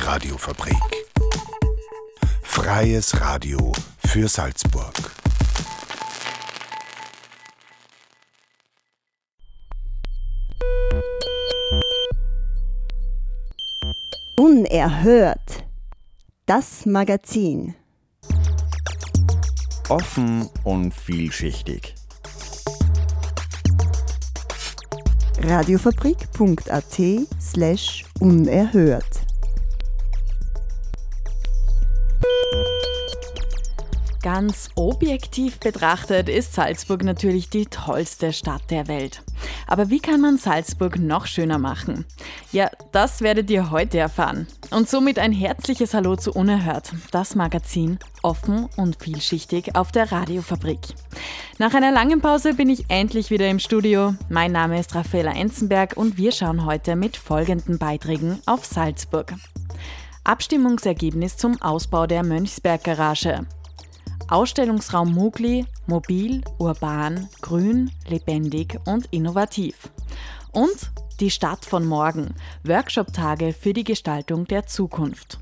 Radiofabrik. Freies Radio für Salzburg. Unerhört. Das Magazin. Offen und vielschichtig. Radiofabrik.at/unerhört. Ganz objektiv betrachtet ist Salzburg natürlich die tollste Stadt der Welt. Aber wie kann man Salzburg noch schöner machen? Ja, das werdet ihr heute erfahren. Und somit ein herzliches Hallo zu Unerhört, das Magazin, offen und vielschichtig auf der Radiofabrik. Nach einer langen Pause bin ich endlich wieder im Studio. Mein Name ist Raffaella Enzenberg und wir schauen heute mit folgenden Beiträgen auf Salzburg. Abstimmungsergebnis zum Ausbau der Mönchsberg-Garage. Ausstellungsraum Mugli, mobil, urban, grün, lebendig und innovativ. Und die Stadt von morgen, Workshop-Tage für die Gestaltung der Zukunft.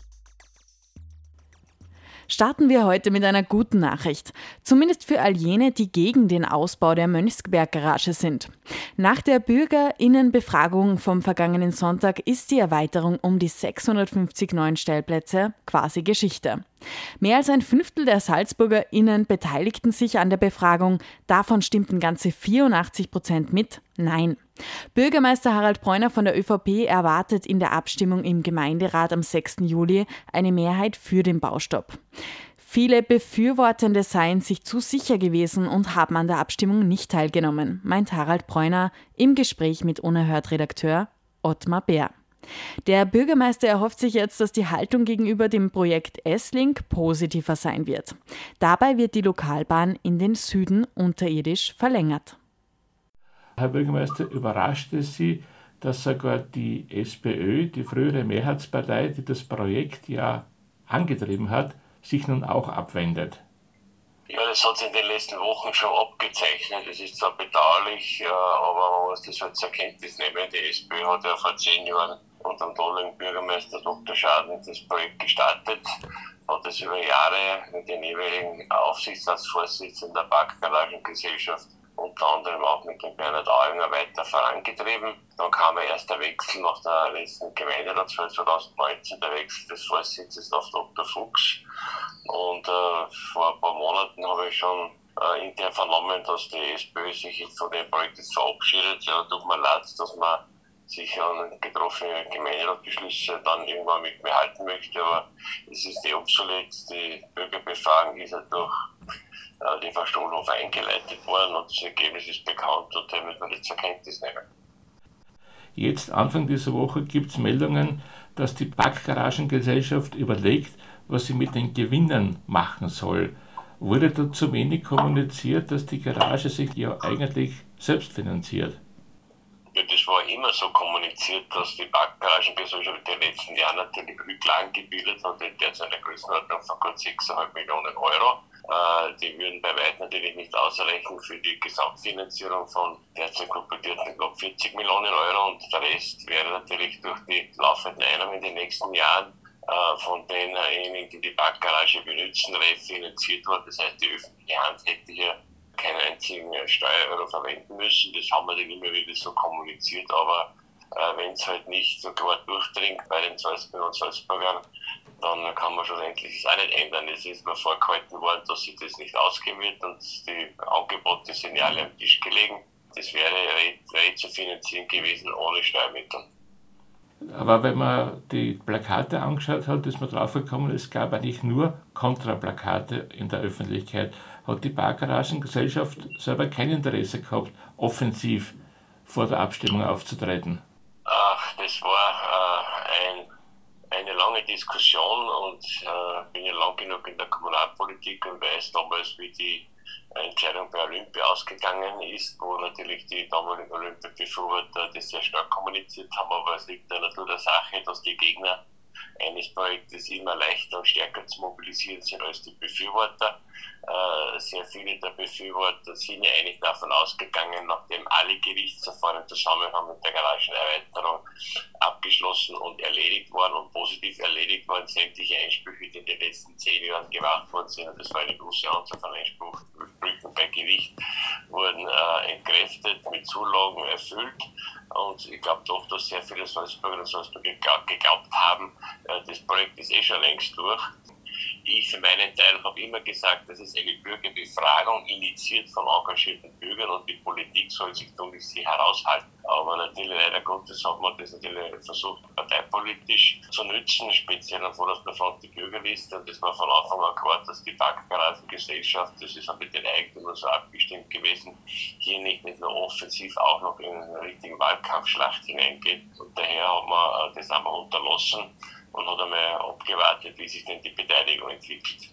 Starten wir heute mit einer guten Nachricht. Zumindest für all jene, die gegen den Ausbau der Mönchsberg-Garage sind. Nach der BürgerInnenbefragung vom vergangenen Sonntag ist die Erweiterung um die 650 neuen Stellplätze quasi Geschichte. Mehr als ein Fünftel der SalzburgerInnen beteiligten sich an der Befragung. Davon stimmten ganze 84% mit Nein. Bürgermeister Harald Breuner von der ÖVP erwartet in der Abstimmung im Gemeinderat am 6. Juli eine Mehrheit für den Baustopp. Viele Befürwortende seien sich zu sicher gewesen und haben an der Abstimmung nicht teilgenommen, meint Harald Breuner im Gespräch mit Unerhört-Redakteur Ottmar Bär. Der Bürgermeister erhofft sich jetzt, dass die Haltung gegenüber dem Projekt S-Link positiver sein wird. Dabei wird die Lokalbahn in den Süden unterirdisch verlängert. Herr Bürgermeister, überrascht es Sie, dass sogar die SPÖ, die frühere Mehrheitspartei, die das Projekt ja angetrieben hat, sich nun auch abwendet? Ja, das hat sich in den letzten Wochen schon abgezeichnet. Es ist zwar bedauerlich, aber man muss das halt zur Kenntnis nehmen. Die SPÖ hat ja vor 10 Jahren unter dem tollen Bürgermeister Dr. Schaden das Projekt gestartet, hat es über Jahre mit den jeweiligen Aufsichtsratsvorsitzenden der Parkgaragengesellschaft unter anderem auch mit dem Bernhard Auinger weiter vorangetrieben. Dann kam erst der Wechsel nach der letzten Gemeinderatswahl 2019, der Wechsel des Vorsitzes auf Dr. Fuchs. Und vor ein paar Monaten habe ich schon intern vernommen, dass die SPÖ sich jetzt von dem Projekt jetzt verabschiedet. Ja, tut mir leid, dass man sich an getroffene Gemeinderatsbeschlüsse dann irgendwann mit mir halten möchte, aber es ist obsolet. Die Bürgerbefragung ist ja durch die Frau Stolhofer eingeleitet worden und das Ergebnis ist bekannt und das müssen wir jetzt zur Kenntnis nehmen. Jetzt, Anfang dieser Woche, gibt es Meldungen, dass die Parkgaragengesellschaft überlegt, was sie mit den Gewinnen machen soll. Wurde da zu wenig kommuniziert, dass die Garage sich ja eigentlich selbst finanziert? Ja, das war immer so kommuniziert, dass die Parkgaragengesellschaft in den letzten Jahren natürlich Rücklagen gebildet hat, in der eine Größenordnung von gut 6,5 Millionen Euro. Die würden bei weitem natürlich nicht ausreichen für die Gesamtfinanzierung von derzeit kolportierten knapp 40 Millionen Euro und der Rest wäre natürlich durch die laufenden Einnahmen in den nächsten Jahren von denjenigen, die die Parkgarage benutzen, refinanziert worden. Das heißt, die öffentliche Hand hätte hier keinen einzigen Steuereuro verwenden müssen. Das haben wir dann immer wieder so kommuniziert, aber wenn es halt nicht so klar durchdringt bei den Salzburgern und Salzburgern, dann kann man schlussendlich es auch nicht ändern. Es ist mir vorgehalten worden, dass sich das nicht ausgehen wird und die Angebote sind ja alle am Tisch gelegen. Das wäre zu finanzieren gewesen ohne Steuermittel. Aber wenn man die Plakate angeschaut hat, ist man draufgekommen, es gab eigentlich nur Kontraplakate in der Öffentlichkeit. Hat die Parkgaragengesellschaft selber kein Interesse gehabt, offensiv vor der Abstimmung aufzutreten? Das war eine lange Diskussion und bin ja lang genug in der Kommunalpolitik und weiß damals, wie die Entscheidung bei Olympia ausgegangen ist, wo natürlich die damaligen Olympia-Befürworter das sehr stark kommuniziert haben, aber es liegt in der Natur der Sache, dass die Gegner eines Projektes immer leichter und stärker zu mobilisieren sind als die Befürworter. Sehr viele der Befürworter sind ja eigentlich davon ausgegangen, nachdem alle Gerichtsverfahren im Zusammenhang mit der Garagenerweiterung abgeschlossen und und erledigt worden und positiv erledigt worden. Sämtliche Einsprüche, die in den letzten 10 Jahren gemacht worden sind, und das war eine große Anzahl von Einsprüchen bei Gewicht, wurden entkräftet, mit Zulagen erfüllt. Und ich glaube doch, dass sehr viele Salzburger und Salzburger geglaubt haben, das Projekt ist schon längst durch. Ich für meinen Teil habe immer gesagt, das ist eine Bürgerbefragung, initiiert von engagierten Bürgern, und die Politik soll sich tunlichst heraushalten. Aber natürlich, leider Gottes, hat man das natürlich versucht, parteipolitisch zu nützen, speziell an vorderster Front die Bürgerliste. Und das war von Anfang an klar, dass die Parkgaragengesellschaft, das ist auch mit den Eigentümern so abgestimmt gewesen, hier nicht nur offensiv, auch noch in eine richtige Wahlkampfschlacht hineingeht. Und daher hat man das einmal unterlassen und hat einmal abgewartet, wie sich denn die Beteiligung entwickelt.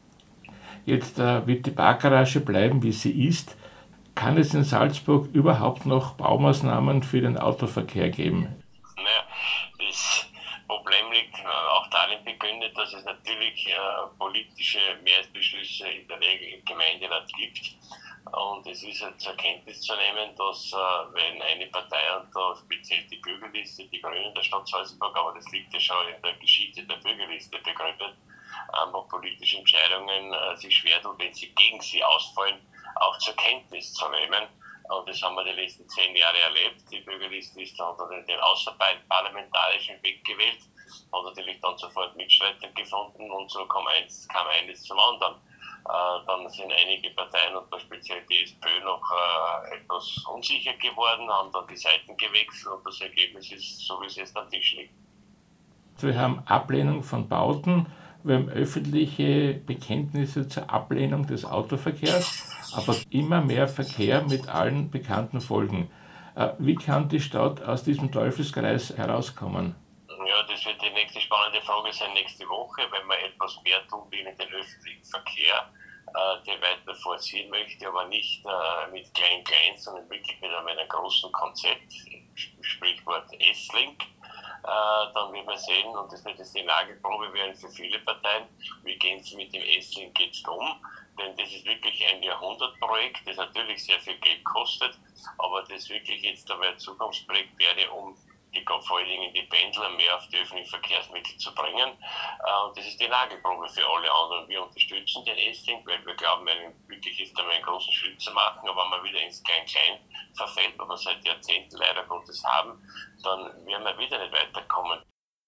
Jetzt wird die Parkgarage bleiben, wie sie ist. Kann es in Salzburg überhaupt noch Baumaßnahmen für den Autoverkehr geben? Naja, das Problem liegt auch darin begründet, dass es natürlich politische Mehrheitsbeschlüsse in der Regel im Gemeinderat gibt. Und es ist zur Kenntnis zu nehmen, dass wenn eine Partei, und da speziell die Bürgerliste, die Grünen der Stadt Salzburg, aber das liegt ja schon in der Geschichte der Bürgerliste begründet, einfach politische Entscheidungen sich schwer tun, wenn sie gegen sie ausfallen, auch zur Kenntnis zu nehmen. Und das haben wir die letzten 10 Jahre erlebt. Die Bürgerliste ist dann den außerparlamentarischen Weg gewählt, hat natürlich dann sofort Mitstreiter gefunden, und so kam eines zum anderen. Dann sind einige Parteien, und speziell die SPÖ, noch etwas unsicher geworden, haben dann die Seiten gewechselt, und das Ergebnis ist so, wie es jetzt am Tisch liegt. Wir haben Ablehnung von Bauten, wir haben öffentliche Bekenntnisse zur Ablehnung des Autoverkehrs, aber immer mehr Verkehr mit allen bekannten Folgen. Wie kann die Stadt aus diesem Teufelskreis herauskommen? Ja, das wird die nächste spannende Frage sein nächste Woche, wenn man etwas mehr tun will in den öffentlichen Verkehr, den weiter forcieren möchte, aber nicht mit klein, sondern wirklich mit einem großen Konzept, Sprichwort S-Link. Dann wird man sehen, und das wird jetzt die Nagelprobe werden für viele Parteien, wie gehen sie mit dem S-Link jetzt um, denn das ist wirklich ein Jahrhundertprojekt, das natürlich sehr viel Geld kostet, aber das wirklich jetzt einmal ein Zukunftsprojekt wäre, um vor allen Dingen die Pendler mehr auf die öffentlichen Verkehrsmittel zu bringen. Und das ist die Nagelprobe für alle anderen. Wir unterstützen den S-Link, weil wir glauben, wirklich ist einmal einen großen Schritt zu machen, aber wenn man wieder ins Klein-Klein verfällt, was wir seit Jahrzehnten leider Gottes haben, dann werden wir wieder nicht weiterkommen.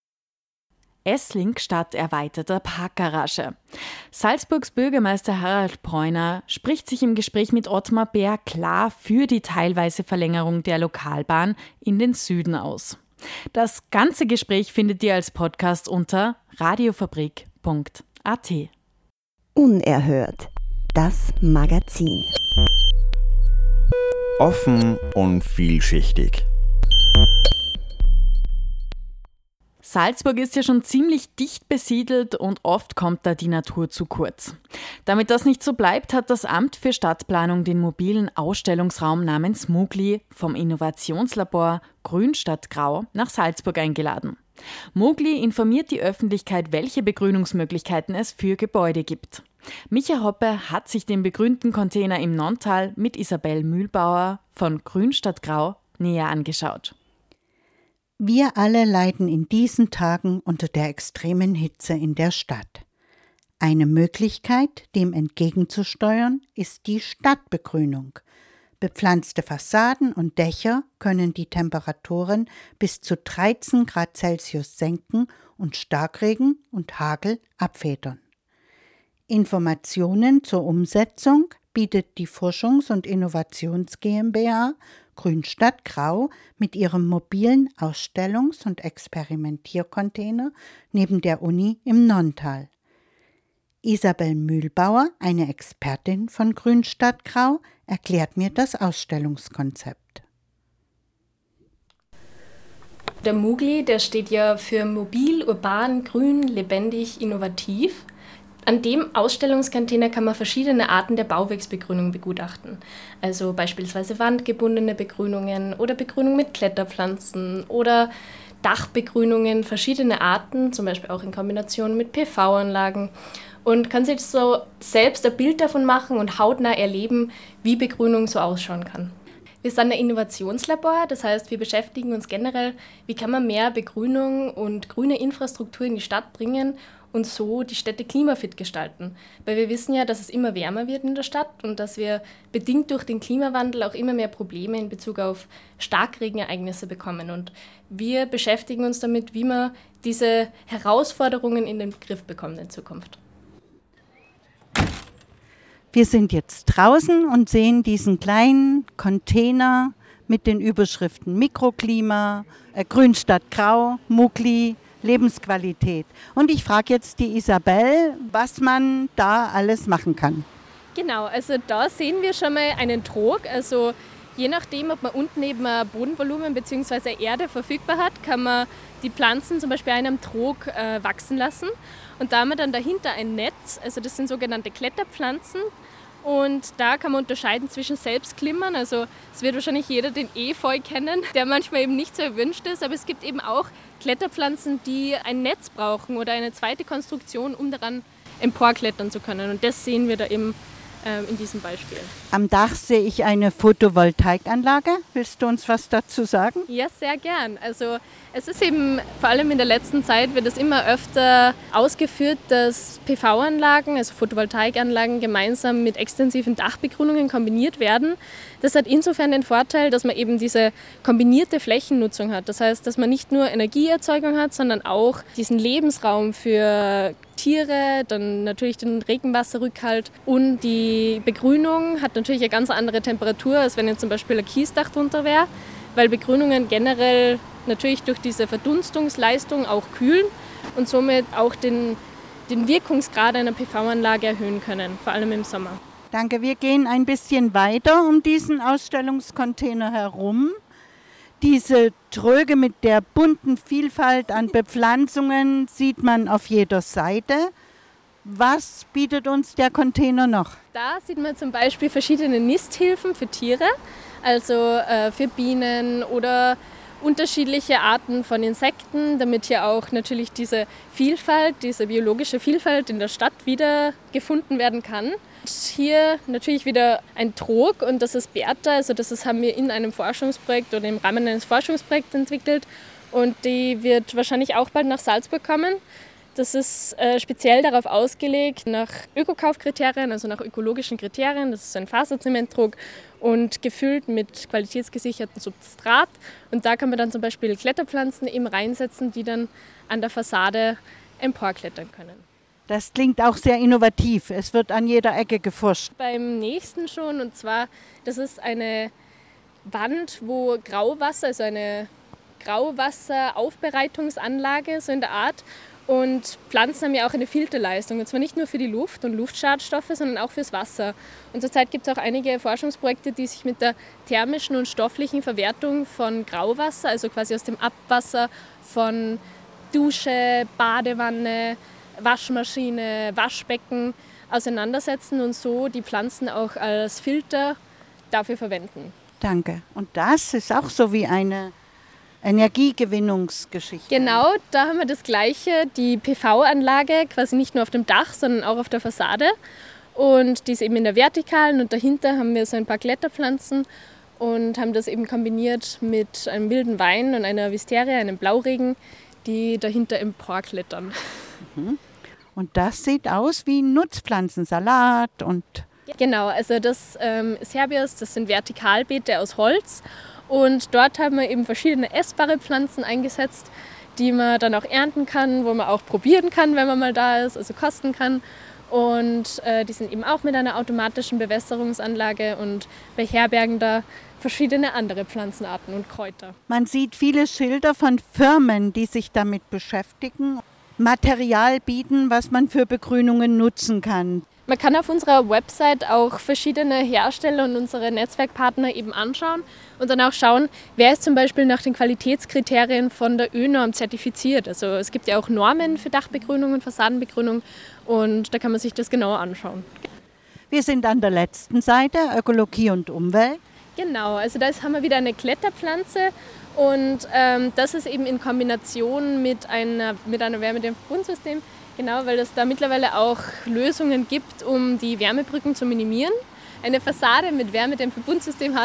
S-Link statt erweiterter Parkgarage. Salzburgs Bürgermeister Harald Breuner spricht sich im Gespräch mit Ottmar Bär klar für die teilweise Verlängerung der Lokalbahn in den Süden aus. Das ganze Gespräch findet ihr als Podcast unter radiofabrik.at. Unerhört. Das Magazin. Offen und vielschichtig. Salzburg ist ja schon ziemlich dicht besiedelt und oft kommt da die Natur zu kurz. Damit das nicht so bleibt, hat das Amt für Stadtplanung den mobilen Ausstellungsraum namens Mugli vom Innovationslabor Grünstadt Grau nach Salzburg eingeladen. Mugli informiert die Öffentlichkeit, welche Begrünungsmöglichkeiten es für Gebäude gibt. Micha Hoppe hat sich den begrünten Container im Nonntal mit Isabel Mühlbauer von Grünstadt Grau näher angeschaut. Wir alle leiden in diesen Tagen unter der extremen Hitze in der Stadt. Eine Möglichkeit, dem entgegenzusteuern, ist die Stadtbegrünung. Bepflanzte Fassaden und Dächer können die Temperaturen bis zu 13 Grad Celsius senken und Starkregen und Hagel abfedern. Informationen zur Umsetzung bietet die Forschungs- und Innovations GmbH Grünstadt Grau mit ihrem mobilen Ausstellungs- und Experimentiercontainer neben der Uni im Nonntal. Isabel Mühlbauer, eine Expertin von Grünstadt Grau, erklärt mir das Ausstellungskonzept. Der Mugli, der steht ja für mobil, urban, grün, lebendig, innovativ. An dem Ausstellungscontainer kann man verschiedene Arten der Bauwerksbegrünung begutachten. Also beispielsweise wandgebundene Begrünungen oder Begrünung mit Kletterpflanzen oder Dachbegrünungen, verschiedene Arten, zum Beispiel auch in Kombination mit PV-Anlagen. Und kann sich so selbst ein Bild davon machen und hautnah erleben, wie Begrünung so ausschauen kann. Wir sind ein Innovationslabor, das heißt, wir beschäftigen uns generell, wie kann man mehr Begrünung und grüne Infrastruktur in die Stadt bringen und so die Städte klimafit gestalten. Weil wir wissen ja, dass es immer wärmer wird in der Stadt und dass wir bedingt durch den Klimawandel auch immer mehr Probleme in Bezug auf Starkregenereignisse bekommen. Und wir beschäftigen uns damit, wie man diese Herausforderungen in den Griff bekommt in Zukunft. Wir sind jetzt draußen und sehen diesen kleinen Container mit den Überschriften Mikroklima, Grün statt Grau, Mugli, Lebensqualität. Und ich frage jetzt die Isabel, was man da alles machen kann. Genau, also da sehen wir schon mal einen Trog. Also je nachdem, ob man unten eben ein Bodenvolumen bzw. Erde verfügbar hat, kann man die Pflanzen zum Beispiel in einem Trog wachsen lassen. Und da haben wir dann dahinter ein Netz, also das sind sogenannte Kletterpflanzen. Und da kann man unterscheiden zwischen Selbstklimmern, also es wird wahrscheinlich jeder den Efeu kennen, der manchmal eben nicht so erwünscht ist, aber es gibt eben auch Kletterpflanzen, die ein Netz brauchen oder eine zweite Konstruktion, um daran emporklettern zu können. Und das sehen wir da eben in diesem Beispiel. Am Dach sehe ich eine Photovoltaikanlage. Willst du uns was dazu sagen? Ja, sehr gern. Also es ist eben, vor allem in der letzten Zeit wird es immer öfter ausgeführt, dass PV-Anlagen, also Photovoltaikanlagen, gemeinsam mit extensiven Dachbegrünungen kombiniert werden. Das hat insofern den Vorteil, dass man eben diese kombinierte Flächennutzung hat. Das heißt, dass man nicht nur Energieerzeugung hat, sondern auch diesen Lebensraum für Tiere, dann natürlich den Regenwasserrückhalt und die Begrünung hat natürlich eine ganz andere Temperatur, als wenn jetzt zum Beispiel ein Kiesdach drunter wäre, weil Begrünungen generell natürlich durch diese Verdunstungsleistung auch kühlen und somit auch den Wirkungsgrad einer PV-Anlage erhöhen können, vor allem im Sommer. Danke, wir gehen ein bisschen weiter um diesen Ausstellungscontainer herum. Diese Tröge mit der bunten Vielfalt an Bepflanzungen sieht man auf jeder Seite. Was bietet uns der Container noch? Da sieht man zum Beispiel verschiedene Nisthilfen für Tiere, also für Bienen oder unterschiedliche Arten von Insekten, damit hier auch natürlich diese Vielfalt, diese biologische Vielfalt in der Stadt wiedergefunden werden kann. Hier natürlich wieder ein Trog und das ist Bertha, also haben wir in einem Forschungsprojekt oder im Rahmen eines Forschungsprojekts entwickelt und die wird wahrscheinlich auch bald nach Salzburg kommen. Das ist speziell darauf ausgelegt, nach Ökokaufkriterien, also nach ökologischen Kriterien. Das ist ein Faserzementdruck und gefüllt mit qualitätsgesichertem Substrat. Und da kann man dann zum Beispiel Kletterpflanzen eben reinsetzen, die dann an der Fassade emporklettern können. Das klingt auch sehr innovativ. Es wird an jeder Ecke geforscht. Beim nächsten schon, und zwar, das ist eine Wand, wo Grauwasser, also eine Grauwasseraufbereitungsanlage, so in der Art. Und Pflanzen haben ja auch eine Filterleistung, und zwar nicht nur für die Luft und Luftschadstoffe, sondern auch fürs Wasser. Und zurzeit gibt es auch einige Forschungsprojekte, die sich mit der thermischen und stofflichen Verwertung von Grauwasser, also quasi aus dem Abwasser von Dusche, Badewanne, Waschmaschine, Waschbecken auseinandersetzen und so die Pflanzen auch als Filter dafür verwenden. Danke. Und das ist auch so wie eine Energiegewinnungsgeschichte. Genau, da haben wir das Gleiche, die PV-Anlage, quasi nicht nur auf dem Dach, sondern auch auf der Fassade. Und die ist eben in der Vertikalen und dahinter haben wir so ein paar Kletterpflanzen und haben das eben kombiniert mit einem wilden Wein und einer Wisteria, einem Blauregen, die dahinter emporklettern. Und das sieht aus wie Nutzpflanzensalat und... Genau, also das ist Herbias, das sind Vertikalbeete aus Holz. Und dort haben wir eben verschiedene essbare Pflanzen eingesetzt, die man dann auch ernten kann, wo man auch probieren kann, wenn man mal da ist, also kosten kann. Und die sind eben auch mit einer automatischen Bewässerungsanlage und beherbergen da verschiedene andere Pflanzenarten und Kräuter. Man sieht viele Schilder von Firmen, die sich damit beschäftigen, Material bieten, was man für Begrünungen nutzen kann. Man kann auf unserer Website auch verschiedene Hersteller und unsere Netzwerkpartner eben anschauen und dann auch schauen, wer ist zum Beispiel nach den Qualitätskriterien von der ÖNORM zertifiziert. Also es gibt ja auch Normen für Dachbegrünung und Fassadenbegrünung und da kann man sich das genauer anschauen. Wir sind an der letzten Seite, Ökologie und Umwelt. Genau, also da haben wir wieder eine Kletterpflanze und das ist eben in Kombination mit einer Wärmedämmverbundsystem. Genau, weil es da mittlerweile auch Lösungen gibt, um die Wärmebrücken zu minimieren. Eine Fassade mit Wärmedämmverbundsystem hat,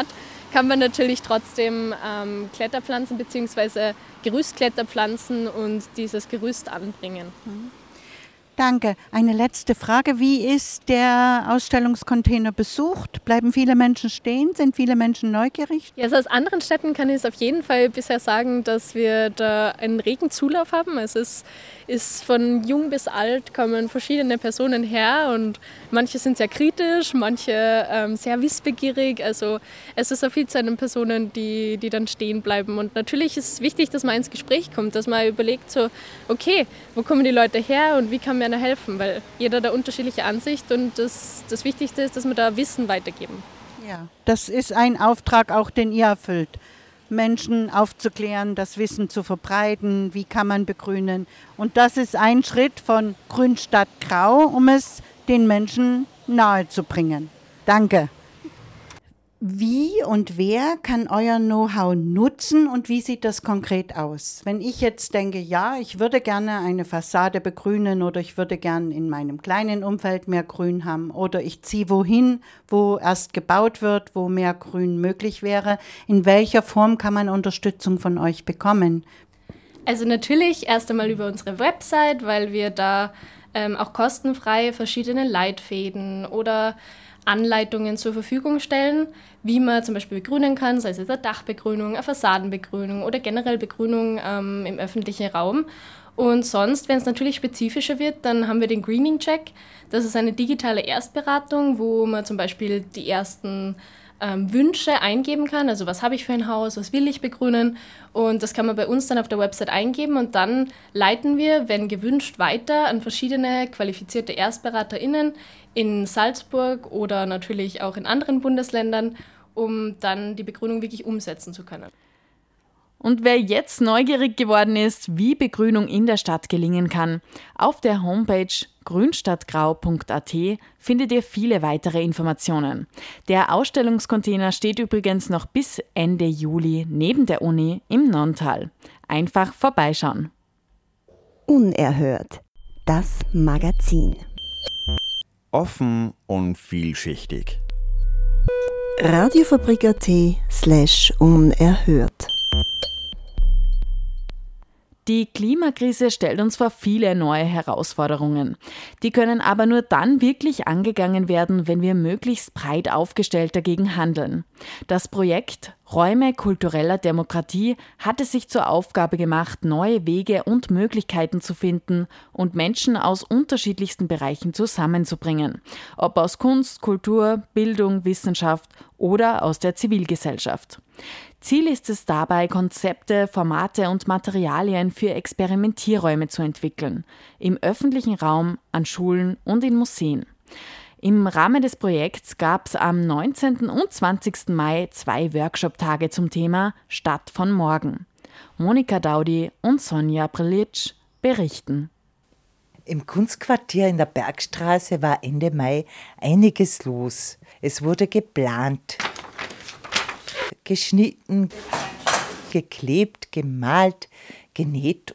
kann man natürlich trotzdem Kletterpflanzen bzw. Gerüstkletterpflanzen und dieses Gerüst anbringen. Danke. Eine letzte Frage. Wie ist der Ausstellungscontainer besucht? Bleiben viele Menschen stehen? Sind viele Menschen neugierig? Ja, also aus anderen Städten kann ich es auf jeden Fall bisher sagen, dass wir da einen regen Zulauf haben. Also es ist von jung bis alt, kommen verschiedene Personen her und manche sind sehr kritisch, manche sehr wissbegierig. Also es ist auf viel Zeit Personen, die dann stehen bleiben. Und natürlich ist es wichtig, dass man ins Gespräch kommt, dass man überlegt, so, okay, wo kommen die Leute her und wie kann mir einer helfen? Weil jeder da unterschiedliche Ansicht und das Wichtigste ist, dass wir da Wissen weitergeben. Ja, das ist ein Auftrag auch, den ihr erfüllt. Menschen aufzuklären, das Wissen zu verbreiten, wie kann man begrünen. Und das ist ein Schritt von Grün statt Grau, um es den Menschen nahezubringen. Danke. Wie und wer kann euer Know-how nutzen und wie sieht das konkret aus? Wenn ich jetzt denke, ja, ich würde gerne eine Fassade begrünen oder ich würde gerne in meinem kleinen Umfeld mehr Grün haben oder ich ziehe wohin, wo erst gebaut wird, wo mehr Grün möglich wäre, in welcher Form kann man Unterstützung von euch bekommen? Also natürlich erst einmal über unsere Website, weil wir da auch kostenfrei verschiedene Leitfäden oder Anleitungen zur Verfügung stellen, wie man zum Beispiel begrünen kann, sei es jetzt eine Dachbegrünung, eine Fassadenbegrünung oder generell Begrünung im öffentlichen Raum. Und sonst, wenn es natürlich spezifischer wird, dann haben wir den Greening-Check. Das ist eine digitale Erstberatung, wo man zum Beispiel die ersten Wünsche eingeben kann, also was habe ich für ein Haus, was will ich begrünen und das kann man bei uns dann auf der Website eingeben und dann leiten wir, wenn gewünscht, weiter an verschiedene qualifizierte ErstberaterInnen in Salzburg oder natürlich auch in anderen Bundesländern, um dann die Begrünung wirklich umsetzen zu können. Und wer jetzt neugierig geworden ist, wie Begrünung in der Stadt gelingen kann, auf der Homepage grünstadtgrau.at findet ihr viele weitere Informationen. Der Ausstellungscontainer steht übrigens noch bis Ende Juli neben der Uni im Nonntal. Einfach vorbeischauen. Unerhört. Das Magazin. Offen und vielschichtig. Radiofabrik.at/unerhört. Die Klimakrise stellt uns vor viele neue Herausforderungen. Die können aber nur dann wirklich angegangen werden, wenn wir möglichst breit aufgestellt dagegen handeln. Das Projekt Räume kultureller Demokratie hat es sich zur Aufgabe gemacht, neue Wege und Möglichkeiten zu finden und Menschen aus unterschiedlichsten Bereichen zusammenzubringen. Ob aus Kunst, Kultur, Bildung, Wissenschaft oder aus der Zivilgesellschaft. Ziel ist es dabei, Konzepte, Formate und Materialien für Experimentierräume zu entwickeln, im öffentlichen Raum, an Schulen und in Museen. Im Rahmen des Projekts gab es am 19. und 20. Mai 2 Workshop-Tage zum Thema Stadt von morgen. Monika Daudi und Sonja Prelitsch berichten. Im Kunstquartier in der Bergstraße war Ende Mai einiges los. Es wurde geplant, geschnitten, geklebt, gemalt, genäht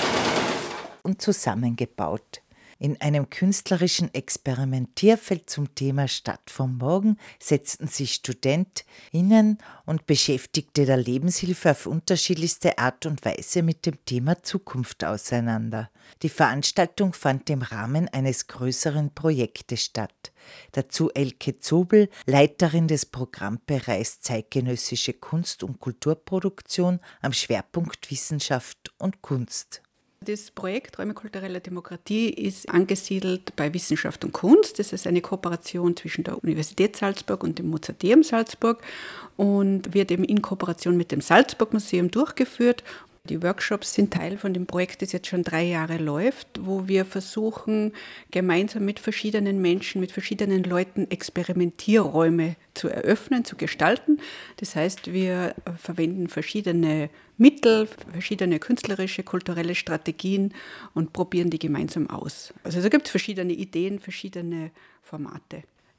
und zusammengebaut. In einem künstlerischen Experimentierfeld zum Thema Stadt von morgen setzten sich StudentInnen und Beschäftigte der Lebenshilfe auf unterschiedlichste Art und Weise mit dem Thema Zukunft auseinander. Die Veranstaltung fand im Rahmen eines größeren Projektes statt. Dazu Elke Zobel, Leiterin des Programmbereichs Zeitgenössische Kunst- und Kulturproduktion am Schwerpunkt Wissenschaft und Kunst. Das Projekt Räume kultureller Demokratie ist angesiedelt bei Wissenschaft und Kunst. Das ist eine Kooperation zwischen der Universität Salzburg und dem Mozarteum Salzburg und wird eben in Kooperation mit dem Salzburg-Museum durchgeführt. Die Workshops sind Teil von dem Projekt, das jetzt schon 3 Jahre läuft, wo wir versuchen, gemeinsam mit verschiedenen Menschen, mit verschiedenen Leuten Experimentierräume zu eröffnen, zu gestalten. Das heißt, wir verwenden verschiedene Mittel, verschiedene künstlerische, kulturelle Strategien und probieren die gemeinsam aus. Also da gibt es verschiedene Ideen, verschiedene Formate.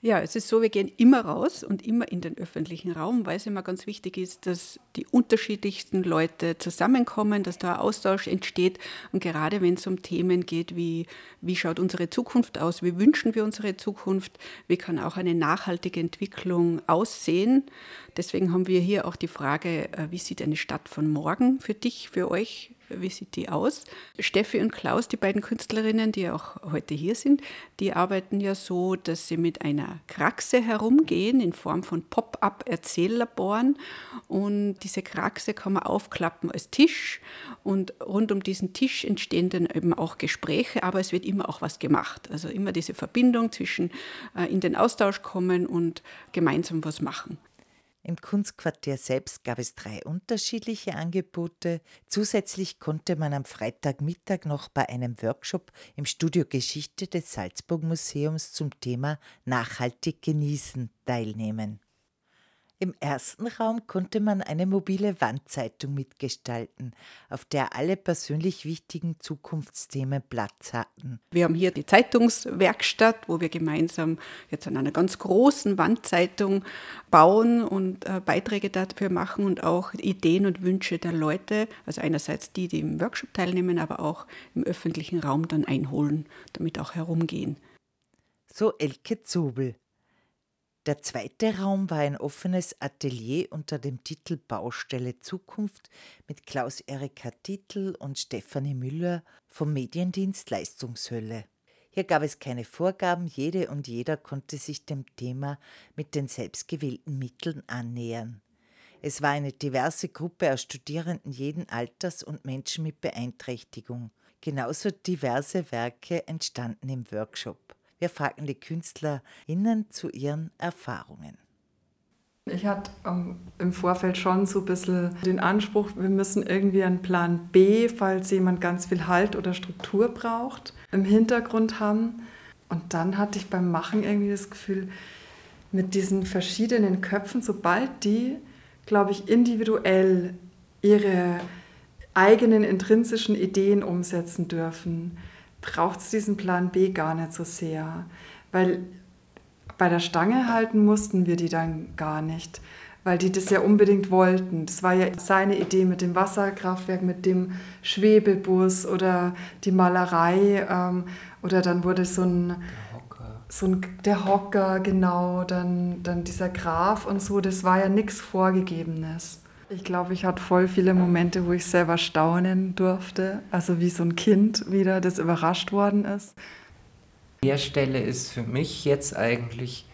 Ja, es ist so, wir gehen immer raus und immer in den öffentlichen Raum, weil es immer ganz wichtig ist, dass die unterschiedlichsten Leute zusammenkommen, dass da ein Austausch entsteht. Und gerade wenn es um Themen geht, wie schaut unsere Zukunft aus, wie wünschen wir unsere Zukunft, wie kann auch eine nachhaltige Entwicklung aussehen. Deswegen haben wir hier auch die Frage, wie sieht eine Stadt von morgen für dich, für euch? Wie sieht die aus? Steffi und Klaus, die beiden Künstlerinnen, die auch heute hier sind, die arbeiten ja so, dass sie mit einer Kraxe herumgehen in Form von Pop-up-Erzähllaboren. Und diese Kraxe kann man aufklappen als Tisch. Und rund um diesen Tisch entstehen dann eben auch Gespräche, aber es wird immer auch was gemacht. Also immer diese Verbindung zwischen in den Austausch kommen und gemeinsam was machen. Im Kunstquartier selbst gab es 3 unterschiedliche Angebote. Zusätzlich konnte man am Freitagmittag noch bei einem Workshop im Studio Geschichte des Salzburg-Museums zum Thema Nachhaltig genießen teilnehmen. Im ersten Raum konnte man eine mobile Wandzeitung mitgestalten, auf der alle persönlich wichtigen Zukunftsthemen Platz hatten. Wir haben hier die Zeitungswerkstatt, wo wir gemeinsam jetzt an einer ganz großen Wandzeitung bauen und Beiträge dafür machen und auch Ideen und Wünsche der Leute, also einerseits die im Workshop teilnehmen, aber auch im öffentlichen Raum dann einholen, damit auch herumgehen. So Elke Zobel. Der zweite Raum war ein offenes Atelier unter dem Titel Baustelle Zukunft mit Klaus-Erika Tittl und Stefanie Müller vom Mediendienst Leistungshölle. Hier gab es keine Vorgaben, jede und jeder konnte sich dem Thema mit den selbstgewählten Mitteln annähern. Es war eine diverse Gruppe aus Studierenden jeden Alters und Menschen mit Beeinträchtigung. Genauso diverse Werke entstanden im Workshop. Wir fragten die KünstlerInnen zu ihren Erfahrungen. Ich hatte im Vorfeld schon so ein bisschen den Anspruch, wir müssen irgendwie einen Plan B, falls jemand ganz viel Halt oder Struktur braucht, im Hintergrund haben. Und dann hatte ich beim Machen irgendwie das Gefühl, mit diesen verschiedenen Köpfen, sobald die, glaube ich, individuell ihre eigenen intrinsischen Ideen umsetzen dürfen, braucht es diesen Plan B gar nicht so sehr, weil bei der Stange halten mussten wir die dann gar nicht, weil die das ja unbedingt wollten. Das war ja seine Idee mit dem Wasserkraftwerk, mit dem Schwebebus oder die Malerei oder dann wurde der Hocker, genau, dann dieser Graf und so, das war ja nichts Vorgegebenes. Ich glaube, ich hatte voll viele Momente, wo ich selber staunen durfte, also wie so ein Kind wieder, das überrascht worden ist. An der Stelle ist für mich jetzt eigentlich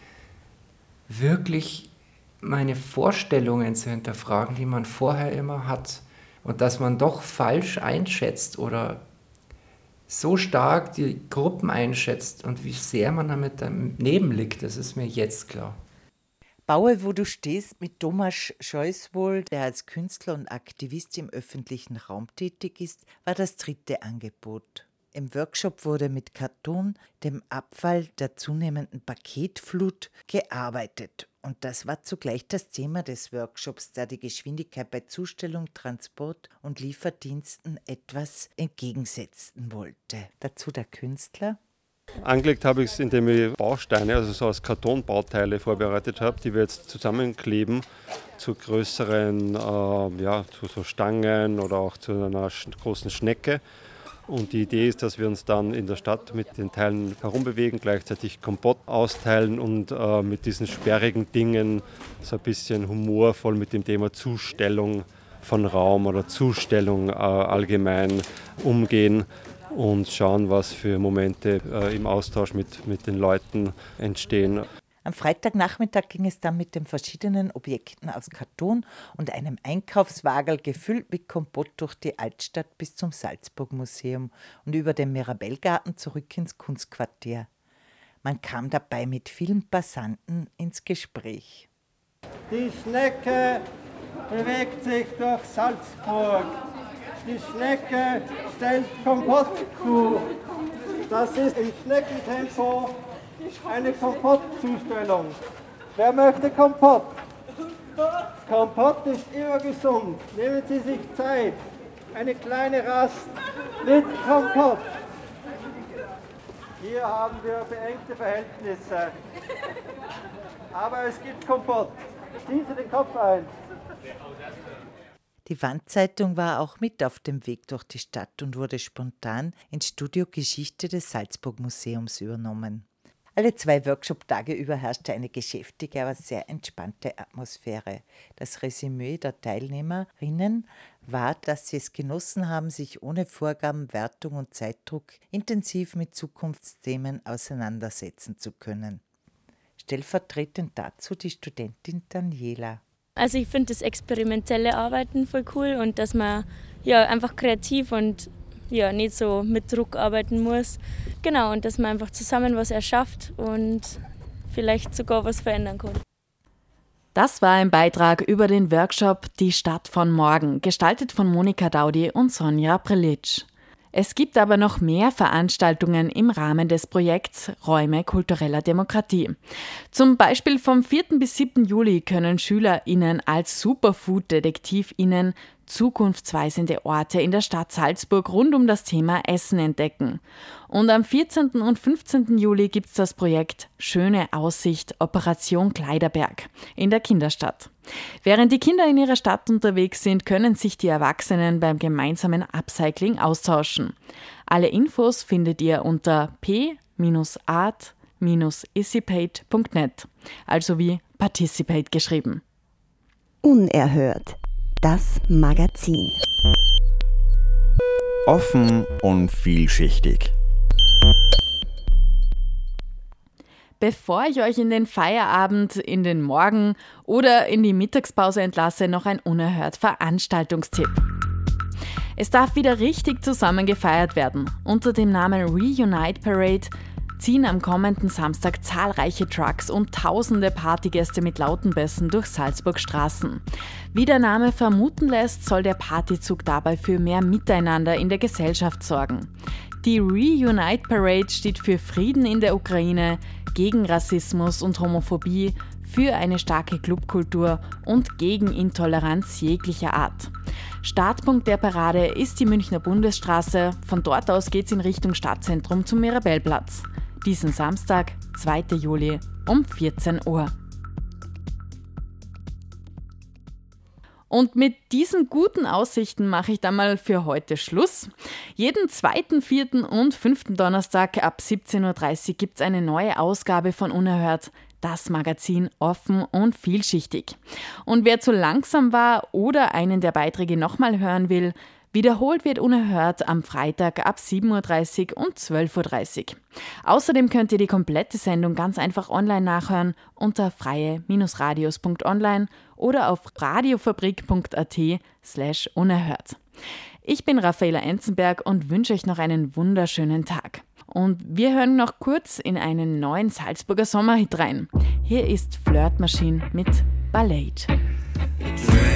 wirklich meine Vorstellungen zu hinterfragen, die man vorher immer hat und dass man doch falsch einschätzt oder so stark die Gruppen einschätzt und wie sehr man damit daneben liegt, das ist mir jetzt klar. Baue, wo du stehst mit Thomas Scheuswohl, der als Künstler und Aktivist im öffentlichen Raum tätig ist, war das 3. Angebot. Im Workshop wurde mit Karton, dem Abfall der zunehmenden Paketflut, gearbeitet. Und das war zugleich das Thema des Workshops, der die Geschwindigkeit bei Zustellung, Transport und Lieferdiensten etwas entgegensetzen wollte. Dazu der Künstler. Angelegt habe ich es, indem ich Bausteine, also so aus Kartonbauteile vorbereitet habe, die wir jetzt zusammenkleben zu größeren, zu so Stangen oder auch zu einer großen Schnecke. Und die Idee ist, dass wir uns dann in der Stadt mit den Teilen herumbewegen, gleichzeitig Kompott austeilen und mit diesen sperrigen Dingen so ein bisschen humorvoll mit dem Thema Zustellung von Raum oder Zustellung allgemein umgehen. Und schauen, was für Momente im Austausch mit den Leuten entstehen. Am Freitagnachmittag ging es dann mit den verschiedenen Objekten aus Karton und einem Einkaufswagen gefüllt mit Kompott durch die Altstadt bis zum Salzburg-Museum und über den Mirabellgarten zurück ins Kunstquartier. Man kam dabei mit vielen Passanten ins Gespräch. Die Schnecke bewegt sich durch Salzburg. Die Schnecke stellt Kompott zu. Das ist im Schneckentempo eine Kompottzustellung. Wer möchte Kompott? Kompott ist immer gesund. Nehmen Sie sich Zeit. Eine kleine Rast mit Kompott. Hier haben wir beengte Verhältnisse. Aber es gibt Kompott. Ziehen Sie den Kopf ein. Die Wandzeitung war auch mit auf dem Weg durch die Stadt und wurde spontan ins Studio Geschichte des Salzburg-Museums übernommen. Alle 2 Workshop-Tage über herrschte eine geschäftige, aber sehr entspannte Atmosphäre. Das Resümee der Teilnehmerinnen war, dass sie es genossen haben, sich ohne Vorgaben, Wertung und Zeitdruck intensiv mit Zukunftsthemen auseinandersetzen zu können. Stellvertretend dazu die Studentin Daniela. Also ich finde das experimentelle Arbeiten voll cool und dass man ja einfach kreativ und ja nicht so mit Druck arbeiten muss. Genau, und dass man einfach zusammen was erschafft und vielleicht sogar was verändern kann. Das war ein Beitrag über den Workshop Die Stadt von morgen, gestaltet von Monika Daudi und Sonja Prelitsch. Es gibt aber noch mehr Veranstaltungen im Rahmen des Projekts Räume kultureller Demokratie. Zum Beispiel vom 4. bis 7. Juli können SchülerInnen als Superfood-DetektivInnen zukunftsweisende Orte in der Stadt Salzburg rund um das Thema Essen entdecken. Und am 14. und 15. Juli gibt es das Projekt Schöne Aussicht Operation Kleiderberg in der Kinderstadt. Während die Kinder in ihrer Stadt unterwegs sind, können sich die Erwachsenen beim gemeinsamen Upcycling austauschen. Alle Infos findet ihr unter p-art-issipate.net, also wie Participate geschrieben. Unerhört. Das Magazin. Offen und vielschichtig. Bevor ich euch in den Feierabend, in den Morgen oder in die Mittagspause entlasse, noch ein unerhört Veranstaltungstipp. Es darf wieder richtig zusammen gefeiert werden. Unter dem Namen Reunite Parade ziehen am kommenden Samstag zahlreiche Trucks und tausende Partygäste mit lauten Bässen durch Salzburg Straßen. Wie der Name vermuten lässt, soll der Partyzug dabei für mehr Miteinander in der Gesellschaft sorgen. Die Reunite Parade steht für Frieden in der Ukraine, gegen Rassismus und Homophobie, für eine starke Clubkultur und gegen Intoleranz jeglicher Art. Startpunkt der Parade ist die Münchner Bundesstraße. Von dort aus geht es in Richtung Stadtzentrum zum Mirabellplatz. Diesen Samstag, 2. Juli um 14 Uhr. Und mit diesen guten Aussichten mache ich dann mal für heute Schluss. Jeden 2., 4. und 5. Donnerstag ab 17.30 Uhr gibt es eine neue Ausgabe von Unerhört, das Magazin offen und vielschichtig. Und wer zu langsam war oder einen der Beiträge nochmal hören will, wiederholt wird Unerhört am Freitag ab 7.30 Uhr und 12.30 Uhr. Außerdem könnt ihr die komplette Sendung ganz einfach online nachhören unter freie-radios.online oder auf radiofabrik.at/unerhört. Ich bin Raffaela Enzenberg und wünsche euch noch einen wunderschönen Tag. Und wir hören noch kurz in einen neuen Salzburger Sommerhit rein. Hier ist Flirtmaschine mit Ballade.